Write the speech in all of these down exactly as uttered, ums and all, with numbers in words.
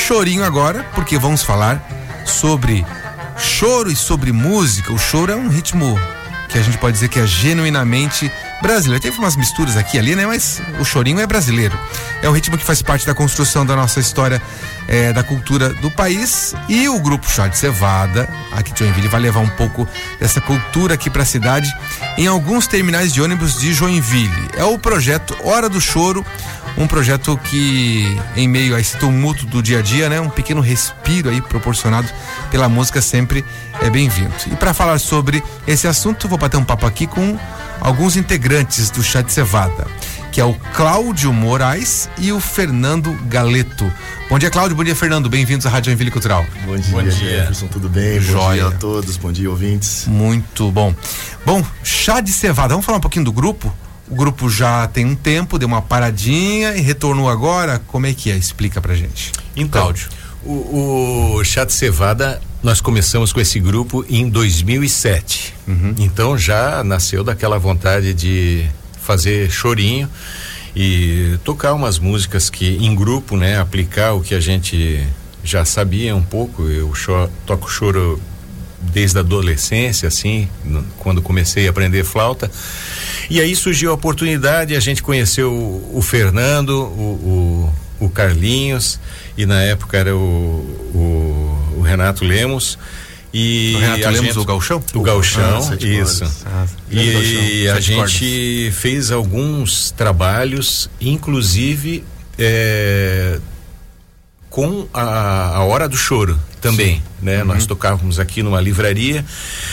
chorinho agora, porque vamos falar sobre choro e sobre música. O choro é um ritmo que a gente pode dizer que é genuinamente brasileiro. Teve umas misturas aqui e ali, né? Mas o chorinho é brasileiro. É um ritmo que faz parte da construção da nossa história, é, da cultura do país. E o grupo Chá de Cevada, aqui de Joinville, vai levar um pouco dessa cultura aqui pra cidade em alguns terminais de ônibus de Joinville. É o projeto Hora do Choro, um projeto que, em meio a esse tumulto do dia a dia, né, um pequeno respiro aí proporcionado pela música sempre é bem-vindo. E para falar sobre esse assunto, vou bater um papo aqui com alguns integrantes do Chá de Cevada, que é o Cláudio Moraes e o Fernando Galeto. Bom dia, Cláudio. Bom dia, Fernando. Bem-vindos à Rádio Joinville Cultural. Bom dia, bom dia. Jefferson. Tudo bem? Joia. Bom dia a todos. Bom dia, ouvintes. Muito bom. Bom, Chá de Cevada. Vamos falar um pouquinho do grupo? O grupo já tem um tempo, deu uma paradinha e retornou agora. Como é que é? Explica pra gente. Então, Cláudio. O, o Chá de Cevada, nós começamos com esse grupo em dois mil e sete. Uhum. Então já nasceu daquela vontade de fazer chorinho e tocar umas músicas que em grupo, né, aplicar o que a gente já sabia um pouco. Eu cho, toco choro desde a adolescência, assim, no, quando comecei a aprender flauta. E aí surgiu a oportunidade, a gente conheceu o, o Fernando, o, o, o Carlinhos, e na época era o, o, o Renato Lemos. E o Renato a Lemos, gente, o Gauchão? O Gauchão, ah, isso. Ah, e Gauchão, a gente cordas. fez alguns trabalhos, inclusive é, com a, a Hora do Choro também, sim, né? Uhum. Nós tocávamos aqui numa livraria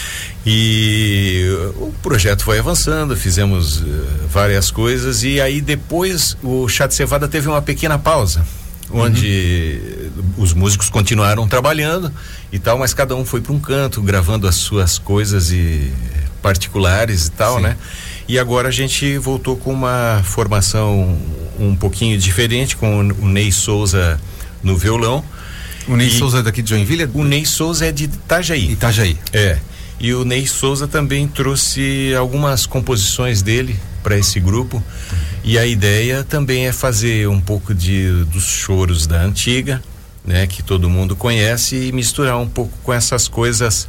e o projeto foi avançando, fizemos uh, várias coisas e aí depois o Chá de Cevada teve uma pequena pausa, onde uhum. os músicos continuaram trabalhando e tal, mas cada um foi para um canto, gravando as suas coisas e particulares e tal, sim, né? E agora a gente voltou com uma formação um pouquinho diferente, com o Ney Souza no violão. O Ney Souza é daqui de Joinville? O Ney Souza é de Itajaí. Itajaí. É. E o Ney Souza também trouxe algumas composições dele para esse grupo. Uhum. E a ideia também é fazer um pouco de dos choros da antiga, né, que todo mundo conhece, e misturar um pouco com essas coisas,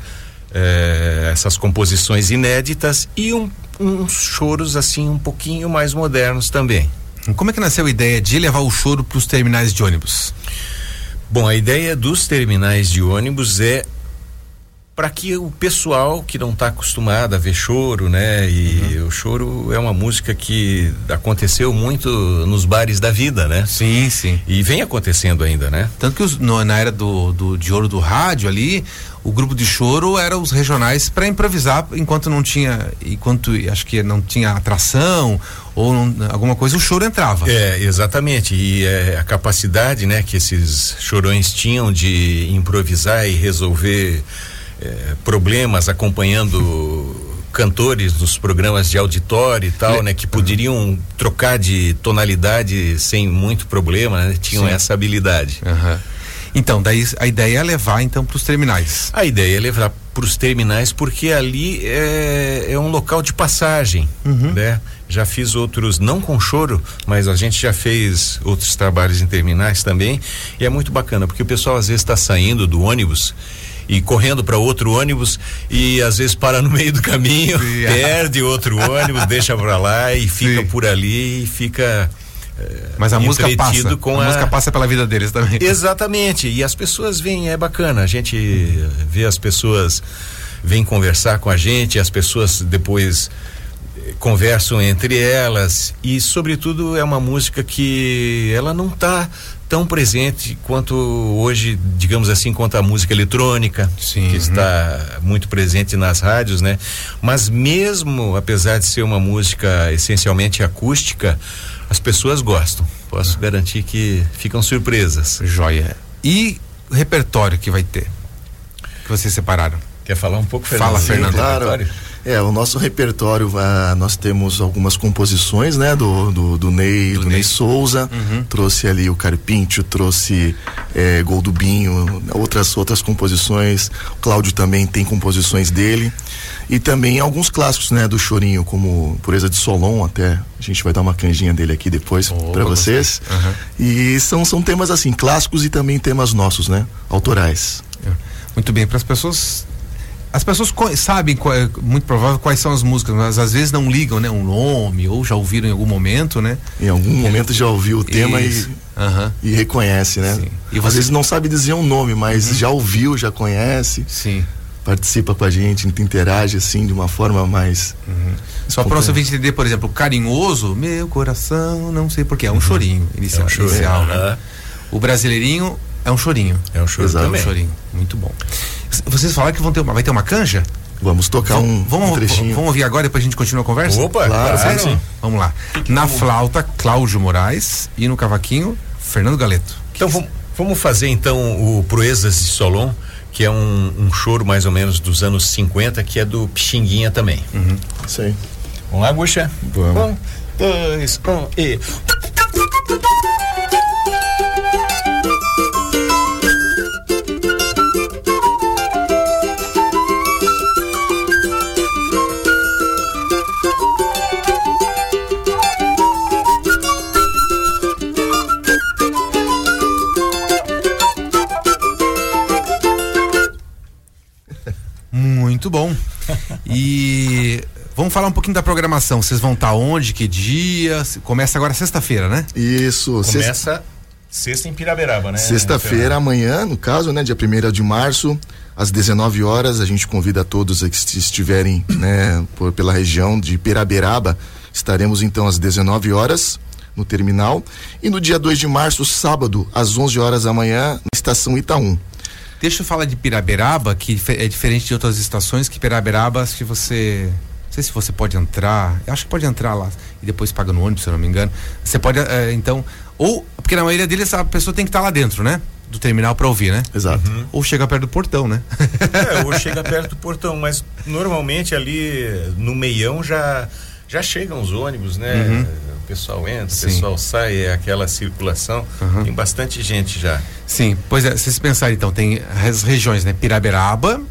eh, essas composições inéditas e um, uns choros assim um pouquinho mais modernos também. Como é que nasceu a ideia de levar o choro para os terminais de ônibus? Bom, a ideia dos terminais de ônibus é para que o pessoal que não está acostumado a ver choro, né? E uhum. o choro é uma música que aconteceu muito nos bares da vida, né? Sim, sim. E vem acontecendo ainda, né? Tanto que os, no, na era do, do de ouro do rádio ali, o grupo de choro era os regionais para improvisar enquanto não tinha, enquanto acho que não tinha atração ou não, alguma coisa, o choro entrava. É, exatamente. E é, a capacidade, né, que esses chorões tinham de improvisar e resolver É, problemas, acompanhando cantores nos programas de auditório e tal, é, né? Que poderiam uhum. trocar de tonalidade sem muito problema, né? Tinham sim. essa habilidade. Uhum. Então, daí a ideia é levar então para os terminais. A ideia é levar para os terminais porque ali é, é um local de passagem, uhum. né? Já fiz outros, não com choro, mas a gente já fez outros trabalhos em terminais também, e é muito bacana porque o pessoal às vezes está saindo do ônibus e correndo para outro ônibus e às vezes para no meio do caminho, sim, perde outro ônibus, deixa para lá e fica sim. por ali e fica é, mas a música passa, com a, a música passa pela vida deles também. Exatamente, e as pessoas vêm, é bacana, a gente hum. vê as pessoas vêm conversar com a gente, as pessoas depois conversam entre elas e sobretudo é uma música que ela não tá tão presente quanto hoje, digamos assim, quanto a música eletrônica, sim, que está muito presente nas rádios, né? Mas mesmo apesar de ser uma música essencialmente acústica, as pessoas gostam. Posso ah. garantir que ficam surpresas. Joia. E o repertório que vai ter? Que vocês separaram? Quer falar um pouco, Fernando? Fala, Fernando. Claro. É, o nosso repertório, uh, nós temos algumas composições, né, do, do, do Ney, do, do Ney, Ney Souza, uhum. trouxe ali o Carpincho, trouxe é, Gol do Binho, outras, outras composições, o Cláudio também tem composições dele, e também alguns clássicos, né, do Chorinho, como Pureza de Solon, até, a gente vai dar uma canjinha dele aqui depois oh, para vocês, uhum. e são, são temas assim, clássicos e também temas nossos, né, autorais. Muito bem, para as pessoas... As pessoas co- sabem, qual, é muito provável, quais são as músicas, mas às vezes não ligam, né? Um nome, ou já ouviram em algum momento, né? Em algum momento já ouviu o tema e, uhum. e reconhece, né? Sim. E você... Às vezes não sabe dizer um nome, mas uhum. já ouviu, já conhece. Sim. Participa com a gente, interage assim de uma forma mais... Uhum. Só para você entender, por exemplo, carinhoso, meu coração, não sei porquê, é um uhum. chorinho inicial. É um chorinho, inicial, né? Uhum. O brasileirinho é um chorinho. É um chorinho. É um chorinho. Muito bom. Vocês falaram que vão ter uma, vai ter uma canja? Vamos tocar um, vamos, um trechinho. Vamos ouvir agora, depois a gente continua a conversa? Opa, claro, claro sim. Vamos lá. Na flauta, Cláudio Moraes, e no cavaquinho, Fernando Galeto. Então vamos, vamos fazer então o Proezas de Solon, que é um, um choro mais ou menos dos anos cinquenta, que é do Pixinguinha também. Uhum. Isso aí. Vamos lá, Guxa? Vamos. Um, dois, um e... Muito bom. E vamos falar um pouquinho da programação. Vocês vão estar onde? Que dia? Começa agora sexta-feira, né? Isso. Começa sexta, sexta em Piraberaba, né? Sexta-feira, amanhã, no caso, né? Dia primeiro de março, às dezenove horas. A gente convida todos que estiverem, né, por, pela região de Piraberaba. Estaremos então às dezenove horas no terminal. E no dia dois de março, sábado, às onze horas da manhã, na estação Itaú. Deixa eu falar de Piraberaba, que é diferente de outras estações, que Piraberaba, acho que você, não sei se você pode entrar, eu acho que pode entrar lá e depois paga no ônibus, se eu não me engano. Você pode, é, então, ou, porque na maioria deles a pessoa tem que estar lá dentro, né? Do terminal para ouvir, né? Exato. Uhum. Ou chega perto do portão, né? É, ou chega perto do portão, mas normalmente ali no meião já, já chegam os ônibus, né? Uhum. O pessoal entra, Sim. o pessoal sai, é aquela circulação, uhum. tem bastante gente já. Sim, pois é, se vocês pensarem então, tem as regiões, né? Piraberaba,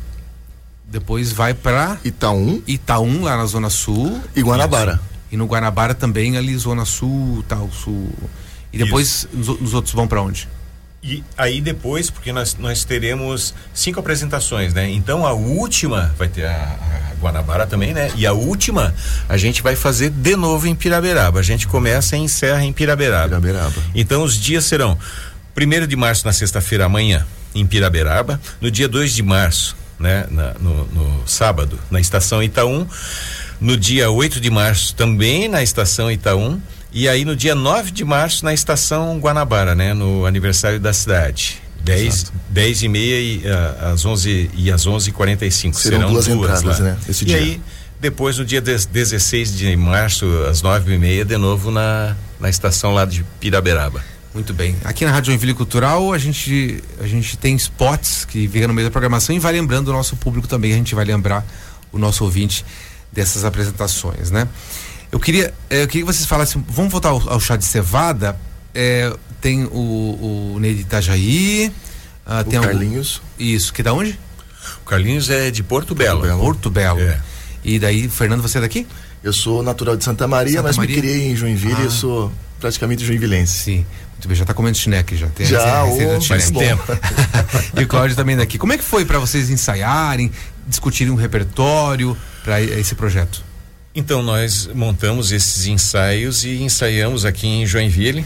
depois vai para Itaú, Itaú lá na zona sul e Guanabara. Isso. E no Guanabara também ali zona sul, tal, sul. E depois os, os outros vão para onde? E aí depois, porque nós, nós teremos cinco apresentações, né? Então a última vai ter a, a Guanabara também, né? E a última a gente vai fazer de novo em Piraberaba. A gente começa e encerra em Piraberaba. Piraberaba. Então os dias serão primeiro de março na sexta-feira amanhã em Piraberaba, no dia dois de março, né? Na, no, no sábado na estação Itaú, no dia oito de março também na estação Itaú. E aí no dia nove de março na estação Guanabara, né? No aniversário da cidade. dez, dez e meia e uh, às onze e às onze e quarenta e cinco. Serão, Serão duas, duas entradas, lá. Né? Esse e dia. aí, depois no dia dezesseis de março, às nove e meia, de novo na, na estação lá de Piraberaba. Muito bem. Aqui na Rádio Joinville Cultural a gente, a gente tem spots que ficam no meio da programação e vai lembrando o nosso público também, a gente vai lembrar o nosso ouvinte dessas apresentações, né? Eu queria, eu queria que vocês falassem, vamos voltar ao, ao chá de cevada, é, tem o, o Ney de Itajaí, uh, o tem Carlinhos. Algum, isso, que é da onde? O Carlinhos é de Porto Belo. Porto Belo. Porto Belo. É. E daí, Fernando, você é daqui? Eu sou natural de Santa Maria, Santa mas Maria? me criei em Joinville ah. e eu sou praticamente joinvilense. Sim, muito bem, já tá comendo chineque já. Tem já, o faz tempo. E o Cláudio também daqui. Como é que foi para vocês ensaiarem, discutirem um repertório para esse projeto? Então nós montamos esses ensaios e ensaiamos aqui em Joinville,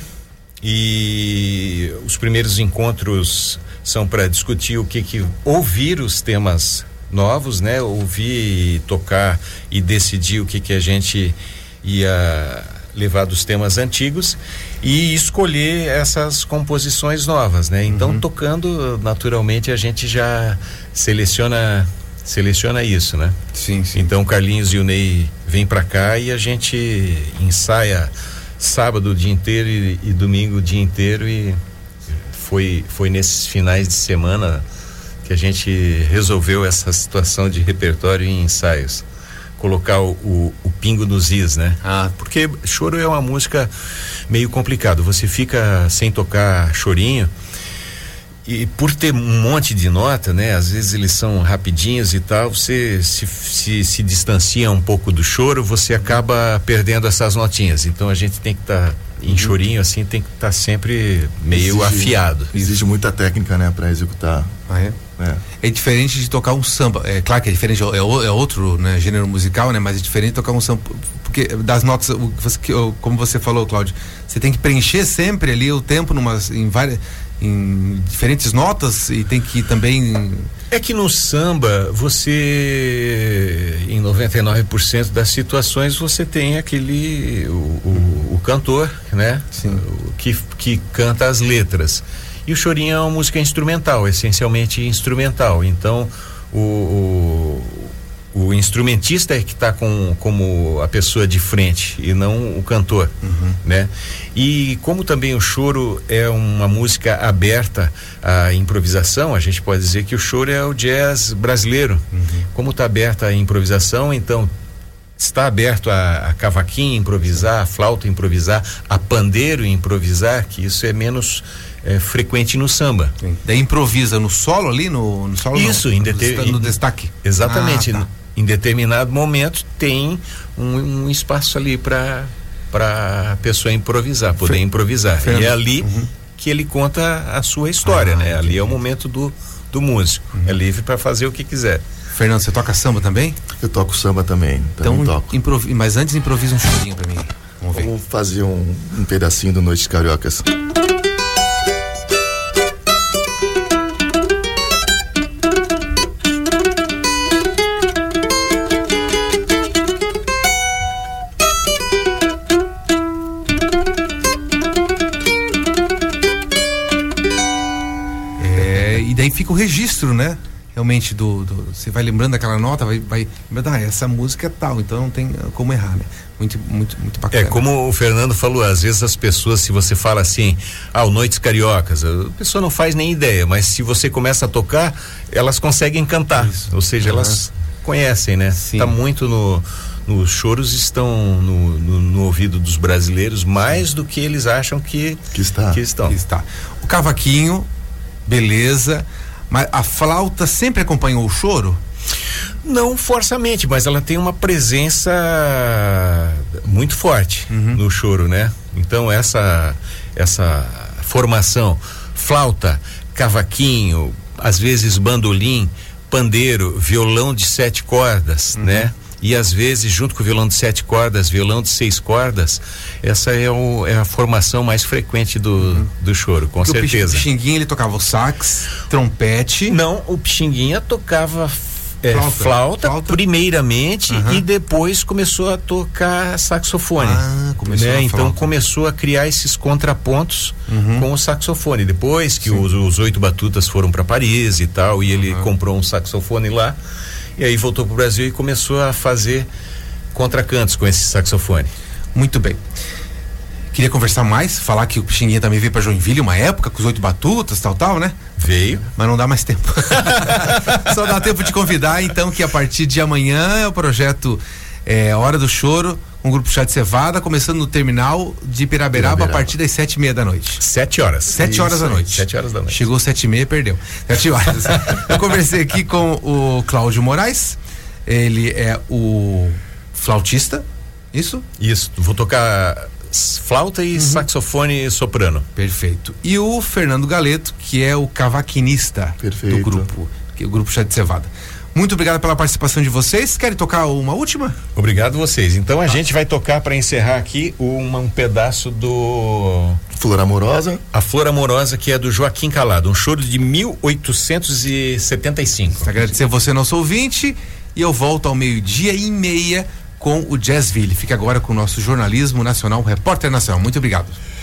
e os primeiros encontros são para discutir o que que ouvir os temas novos, né? Ouvir, tocar e decidir o que que a gente ia levar dos temas antigos e escolher essas composições novas, né? Então uhum. tocando, naturalmente a gente já seleciona seleciona isso, né? Sim, sim. Então o Carlinhos e o Ney vêm pra cá e a gente ensaia sábado o dia inteiro e, e domingo o dia inteiro, e foi, foi nesses finais de semana que a gente resolveu essa situação de repertório e ensaios colocar o, o, o pingo nos is, né? Ah. Porque choro é uma música meio complicado. Você fica sem tocar chorinho e por ter um monte de nota, né? Às vezes eles são rapidinhos e tal, você se, se, se distancia um pouco do choro, você acaba perdendo essas notinhas. Então a gente tem que estar tá, em chorinho assim, tem que estar tá sempre meio exige, afiado. Exige muita técnica, né? Para executar. Ah, é? É. É diferente de tocar um samba. É claro que é diferente, é, é outro, né, gênero musical, né? Mas é diferente de tocar um samba, porque das notas, como você falou, Cláudio, você tem que preencher sempre ali o tempo numas, em várias, em diferentes notas e tem que também. É que no samba você, em noventa e nove por cento das situações, você tem aquele o, o, o cantor, né? Sim. O, que que canta as letras. E o chorinho é uma música instrumental, essencialmente instrumental. Então, o, o, o instrumentista é que está com, como a pessoa de frente e não o cantor, uhum. né? E como também o choro é uma música aberta à improvisação, a gente pode dizer que o choro é o jazz brasileiro. Uhum. Como está aberta a improvisação, então está aberto a, a cavaquinho improvisar, a flauta improvisar, a pandeiro improvisar, que isso é menos é, frequente no samba. Sim. Daí improvisa no solo ali, no, no solo isso, não, em deter... no destaque. Exatamente. Ah, tá. Em determinado momento tem um, um espaço ali para para a pessoa improvisar, poder Fer... improvisar. Fer... E é ali uhum. que ele conta a sua história, ah, né? Ali é o momento do, do músico. Uhum. É livre para fazer o que quiser. Fernando, você toca samba também? Eu toco samba também. Então, toco. Improv... mas antes improvisa um chorinho pra mim. Vamos ver. Vamos fazer um, um pedacinho do Noites Cariocas. É, e daí fica o registro, né? Realmente do, do você vai lembrando daquela nota, vai, vai ah, essa música é tal, então não tem como errar, né? Muito, muito, muito bacana. É como o Fernando falou, às vezes as pessoas, se você fala assim, ah, o Noites Cariocas, a pessoa não faz nem ideia, mas se você começa a tocar, elas conseguem cantar, isso. Ou seja, uhum. elas conhecem, né? Sim. Tá muito no nos choros estão no, no, no ouvido dos brasileiros mais do que eles acham que, que, está. que estão. Que está. O cavaquinho, beleza. Mas a flauta sempre acompanhou o choro? Não forçamente, mas ela tem uma presença muito forte uhum. no choro, né? Então essa essa formação, flauta, cavaquinho, às vezes bandolim, pandeiro, violão de sete cordas, uhum. né? E às vezes, junto com o violão de sete cordas, violão de seis cordas, essa é, o, é a formação mais frequente do, uhum. do choro, com Porque certeza. O Pixinguinha, ele tocava o sax, trompete. Não, o Pixinguinha tocava é, flauta. Flauta, flauta, primeiramente, uhum. e depois começou a tocar saxofone. Ah, começou né? Então começou a criar esses contrapontos uhum. com o saxofone. Depois que os, os oito batutas foram para Paris e tal, e ele uhum. comprou um saxofone lá. E aí voltou pro Brasil e começou a fazer contracantos com esse saxofone. Muito bem. Queria conversar mais, falar que o Pixinguinha também veio pra Joinville uma época, com os oito batutas, tal, tal, né? Veio. Mas não dá mais tempo. Só dá tempo de convidar, então, que a partir de amanhã é o projeto é, Hora do Choro, um grupo Chá de Cevada, começando no terminal de Piraberaba, Piraberaba. a partir das sete e meia da noite. Sete horas. Sete horas da noite. Sete horas da noite. Chegou sete e meia, perdeu. Sete horas. Eu conversei aqui com o Cláudio Moraes, ele é o flautista, isso? Isso, vou tocar flauta e uhum. saxofone soprano. Perfeito. E o Fernando Galeto, que é o cavaquinista Perfeito. do grupo, que é o grupo Chá de Cevada. Muito obrigado pela participação de vocês. Querem tocar uma última? Obrigado vocês. Então a ah. gente vai tocar para encerrar aqui uma, um pedaço do Flor Amorosa. A Flor Amorosa, que é do Joaquim Calado, um choro de mil oitocentos e setenta e cinco. Agradecer você, nosso ouvinte, e eu volto ao meio-dia e meia com o Jazzville. Fica agora com o nosso jornalismo nacional, o Repórter Nacional. Muito obrigado.